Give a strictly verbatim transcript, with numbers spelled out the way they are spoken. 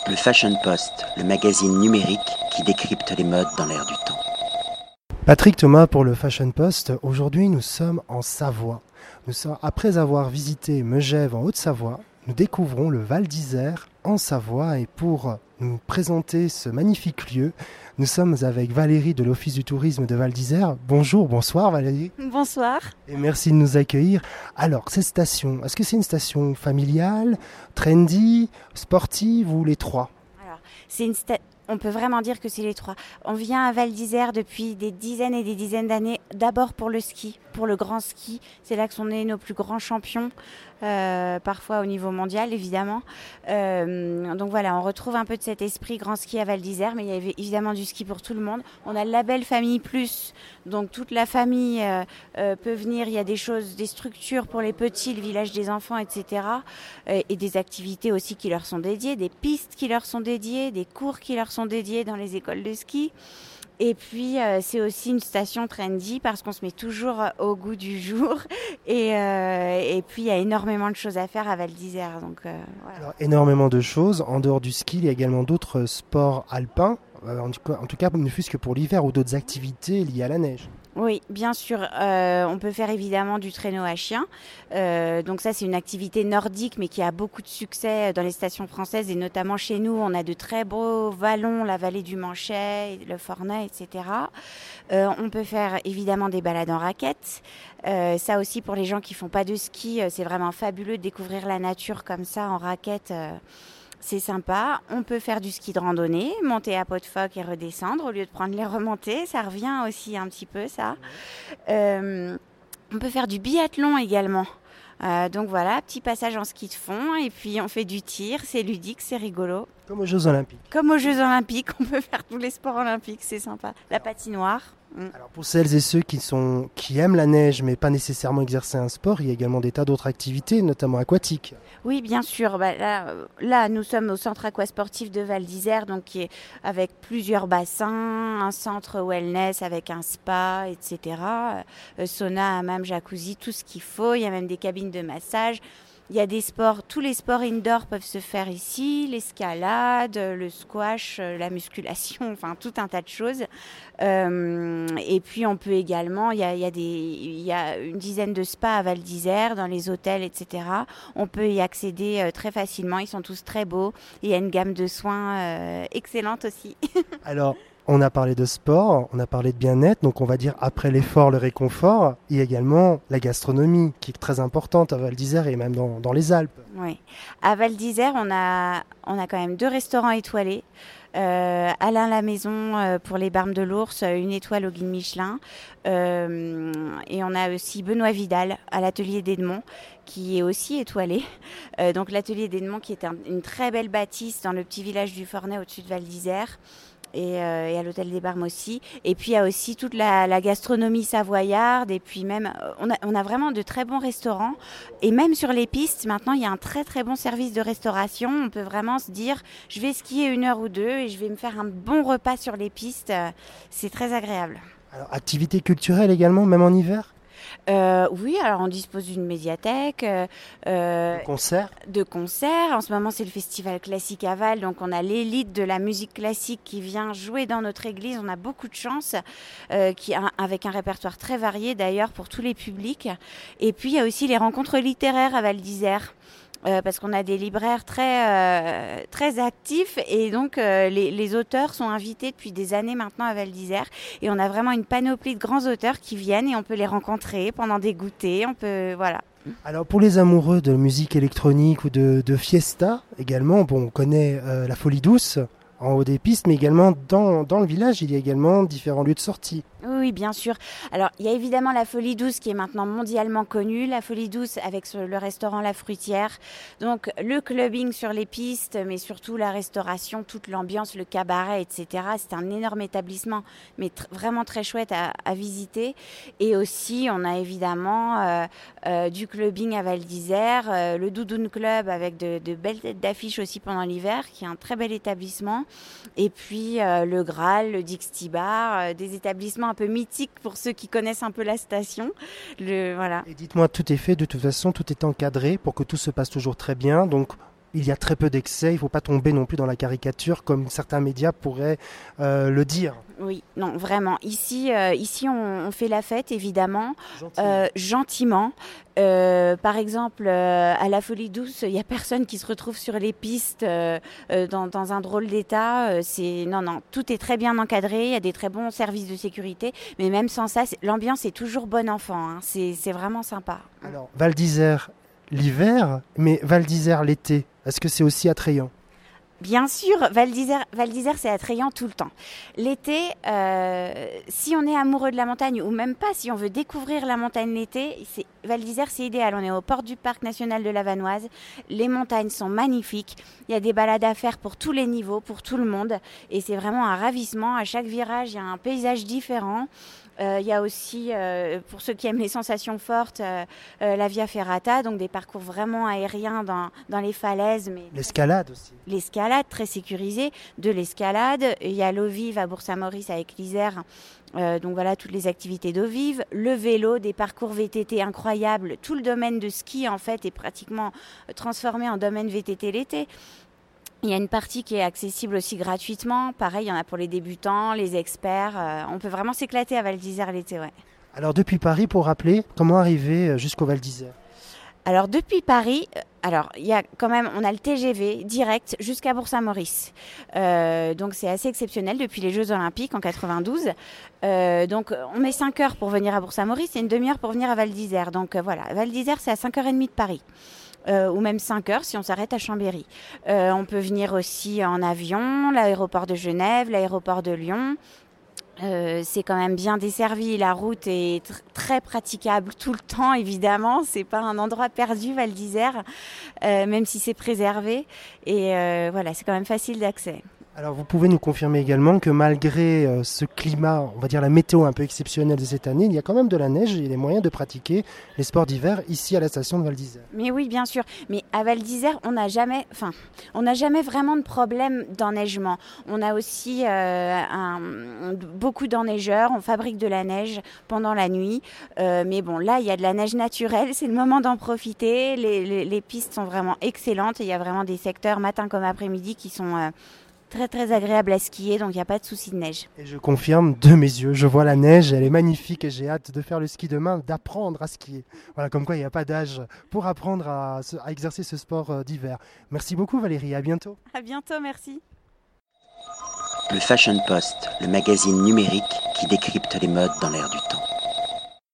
Le Fashion Post, le magazine numérique qui décrypte les modes dans l'air du temps. Patrick Thomas pour le Fashion Post. Aujourd'hui, nous sommes en Savoie. Nous sommes, après avoir visité Megève en Haute-Savoie, nous découvrons le Val d'Isère en Savoie. Et pour nous présenter ce magnifique lieu, nous sommes avec Valérie de l'Office du tourisme de Val d'Isère. Bonjour, bonsoir Valérie. Bonsoir. Et merci de nous accueillir. Alors, cette station, est-ce que c'est une station familiale, trendy, sportive ou les trois ? Alors, c'est une sta- On peut vraiment dire que c'est les trois. On vient à Val d'Isère depuis des dizaines et des dizaines d'années, d'abord pour le ski, pour le grand ski. C'est là que sont nés nos plus grands champions, euh, parfois au niveau mondial évidemment. Euh, donc voilà, on retrouve un peu de cet esprit grand ski à Val d'Isère, mais il y avait évidemment du ski pour tout le monde. On a le label Famille Plus, donc toute la famille euh, euh, peut venir. Il y a des choses, des structures pour les petits, le village des enfants, et cetera. Euh, et des activités aussi qui leur sont dédiées, des pistes qui leur sont dédiées, des cours qui leur sont dédiés dans les écoles de ski. Et puis, euh, c'est aussi une station trendy parce qu'on se met toujours au goût du jour. Et, euh, et puis, il y a énormément de choses à faire à Val d'Isère. Donc, euh, voilà. Alors, énormément de choses. En dehors du ski, il y a également d'autres sports alpins. Euh, en, tout cas, en tout cas, ne fût-ce que pour l'hiver ou d'autres activités liées à la neige. Oui, bien sûr. Euh, on peut faire évidemment du traîneau à chien. Euh, donc ça, c'est une activité nordique, mais qui a beaucoup de succès dans les stations françaises et notamment chez nous. On a de très beaux vallons, la vallée du Manchet, le Fornay, et cetera. Euh, on peut faire évidemment des balades en raquettes. Euh, ça aussi, pour les gens qui font pas de ski, c'est vraiment fabuleux de découvrir la nature comme ça en raquettes. Euh, C'est sympa. On peut faire du ski de randonnée, monter à pot de phoque et redescendre au lieu de prendre les remontées. Ça revient aussi un petit peu, ça. Euh, on peut faire du biathlon également. Euh, donc voilà, petit passage en ski de fond et puis on fait du tir. C'est ludique, c'est rigolo. Comme aux Jeux Olympiques. Comme aux Jeux Olympiques, on peut faire tous les sports olympiques, c'est sympa. La patinoire. Alors pour celles et ceux qui, sont, qui aiment la neige mais pas nécessairement exercer un sport, il y a également des tas d'autres activités, notamment aquatiques. Oui, bien sûr. Bah, là, là, nous sommes au centre aquasportif de Val d'Isère, donc qui est avec plusieurs bassins, un centre wellness avec un spa, et cetera. Euh, sauna, hammam, jacuzzi, tout ce qu'il faut. Il y a même des cabines de massage. Il y a des sports, tous les sports indoor peuvent se faire ici, l'escalade, le squash, la musculation, enfin tout un tas de choses. Euh, et puis on peut également, il y a, il y a des, il y a une dizaine de spas à Val d'Isère, dans les hôtels, et cetera. On peut y accéder euh, très facilement, ils sont tous très beaux. Il y a une gamme de soins euh, excellente aussi. Alors, on a parlé de sport, on a parlé de bien-être, donc on va dire après l'effort, le réconfort. Il y a également la gastronomie qui est très importante à Val d'Isère et même dans, dans les Alpes. Oui, à Val d'Isère, on a, on a quand même deux restaurants étoilés. Euh, Alain Lamaison euh, pour les Barmes de l'Ours, une étoile au guide Michelin. Euh, et on a aussi Benoît Vidal à l'atelier d'Edmond qui est aussi étoilé. Euh, donc l'atelier d'Edmond qui est un, une très belle bâtisse dans le petit village du Fornay au-dessus de Val d'Isère. Et, euh, et à l'hôtel des Barmes aussi. Et puis il y a aussi toute la, la gastronomie savoyarde. Et puis même, on a, on a vraiment de très bons restaurants. Et même sur les pistes, maintenant, il y a un très très bon service de restauration. On peut vraiment se dire, je vais skier une heure ou deux et je vais me faire un bon repas sur les pistes. C'est très agréable. Alors, activités culturelles également, même en hiver ? Euh, oui, alors on dispose d'une médiathèque, euh, de concerts. De concerts. En ce moment, c'est le festival classique à Val, donc on a l'élite de la musique classique qui vient jouer dans notre église. On a beaucoup de chance, euh, qui, avec un répertoire très varié d'ailleurs pour tous les publics. Et puis il y a aussi les rencontres littéraires à Val d'Isère. Euh, parce qu'on a des libraires très, euh, très actifs et donc euh, les, les auteurs sont invités depuis des années maintenant à Val d'Isère et on a vraiment une panoplie de grands auteurs qui viennent et on peut les rencontrer pendant des goûters, on peut, voilà. Alors pour les amoureux de musique électronique ou de, de fiesta également, bon, on connaît euh, la Folie Douce en haut des pistes, mais également dans, dans le village, il y a également différents lieux de sortie. Oui, bien sûr. Alors, il y a évidemment la Folie Douce qui est maintenant mondialement connue. La Folie Douce avec le restaurant La Fruitière. Donc, le clubbing sur les pistes, mais surtout la restauration, toute l'ambiance, le cabaret, et cetera. C'est un énorme établissement, mais tr- vraiment très chouette à, à visiter. Et aussi, on a évidemment euh, euh, du clubbing à Val d'Isère, euh, le Doudoune Club avec de, de belles têtes d'affiche aussi pendant l'hiver, qui est un très bel établissement. Et puis, euh, le Graal, le Dixty Bar, euh, des établissements un peu mythique pour ceux qui connaissent un peu la station. Le, voilà. Et dites-moi, tout est fait, de toute façon, tout est encadré pour que tout se passe toujours très bien. Donc, il y a très peu d'excès, il ne faut pas tomber non plus dans la caricature comme certains médias pourraient euh, le dire. Oui, non, vraiment. Ici, euh, ici on, on fait la fête, évidemment, Gentiment. euh, gentiment. Euh, par exemple, euh, à la Folie Douce, il n'y a personne qui se retrouve sur les pistes euh, euh, dans, dans un drôle d'état. Euh, c'est, non, non, tout est très bien encadré, il y a des très bons services de sécurité. Mais même sans ça, c'est, l'ambiance est toujours bon enfant. Hein. C'est, c'est vraiment sympa. Alors, Val d'Isère l'hiver, mais Val d'Isère l'été, est-ce que c'est aussi attrayant ? Bien sûr, Val d'Isère, Val d'Isère, c'est attrayant tout le temps. L'été, euh, si on est amoureux de la montagne, ou même pas, si on veut découvrir la montagne l'été, c'est, Val d'Isère, c'est idéal. On est aux portes du parc national de la Vanoise. Les montagnes sont magnifiques. Il y a des balades à faire pour tous les niveaux, pour tout le monde. Et c'est vraiment un ravissement. À chaque virage, il y a un paysage différent. Il euh, y a aussi, euh, pour ceux qui aiment les sensations fortes, euh, euh, la Via Ferrata, donc des parcours vraiment aériens dans, dans les falaises. Mais l'escalade aussi. L'escalade, très sécurisée, de l'escalade. Il y a l'eau vive à Bourg-Saint-Maurice avec l'Isère. Euh, donc voilà, toutes les activités d'eau vive. Le vélo, des parcours V T T incroyables. Tout le domaine de ski, en fait, est pratiquement transformé en domaine V T T l'été. Il y a une partie qui est accessible aussi gratuitement. Pareil, il y en a pour les débutants, les experts. Euh, on peut vraiment s'éclater à Val d'Isère l'été, ouais. Alors depuis Paris, pour rappeler, comment arriver jusqu'au Val d'Isère ? Alors depuis Paris, alors il y a quand même, on a le T G V direct jusqu'à Bourg-Saint-Maurice. Euh, donc c'est assez exceptionnel depuis les Jeux Olympiques en quatre-vingt-douze. Euh, donc on met cinq heures pour venir à Bourg-Saint-Maurice et une demi-heure pour venir à Val d'Isère. Donc euh, voilà, Val d'Isère c'est à cinq heures trente de Paris. Euh, ou même cinq heures si on s'arrête à Chambéry. Euh, on peut venir aussi en avion, l'aéroport de Genève, l'aéroport de Lyon. Euh, c'est quand même bien desservi, la route est tr- très praticable tout le temps évidemment, c'est pas un endroit perdu Val d'Isère, euh, même si c'est préservé et euh, voilà, c'est quand même facile d'accès. Alors vous pouvez nous confirmer également que malgré euh, ce climat, on va dire la météo un peu exceptionnelle de cette année, il y a quand même de la neige et les moyens de pratiquer les sports d'hiver ici à la station de Val d'Isère. Mais oui, bien sûr. Mais à Val d'Isère, on n'a jamais, enfin, on n'a jamais vraiment de problème d'enneigement. On a aussi euh, un, beaucoup d'enneigeurs. On fabrique de la neige pendant la nuit. Euh, mais bon, là, il y a de la neige naturelle. C'est le moment d'en profiter. Les, les, les pistes sont vraiment excellentes. Il y a vraiment des secteurs matin comme après-midi qui sont euh, très très agréable à skier, donc il n'y a pas de souci de neige. Et je confirme de mes yeux, je vois la neige, elle est magnifique et j'ai hâte de faire le ski demain, d'apprendre à skier. Voilà, comme quoi il n'y a pas d'âge pour apprendre à, à exercer ce sport d'hiver. Merci beaucoup Valérie, à bientôt. À bientôt, merci. Le Fashion Post, le magazine numérique qui décrypte les modes dans l'air du temps.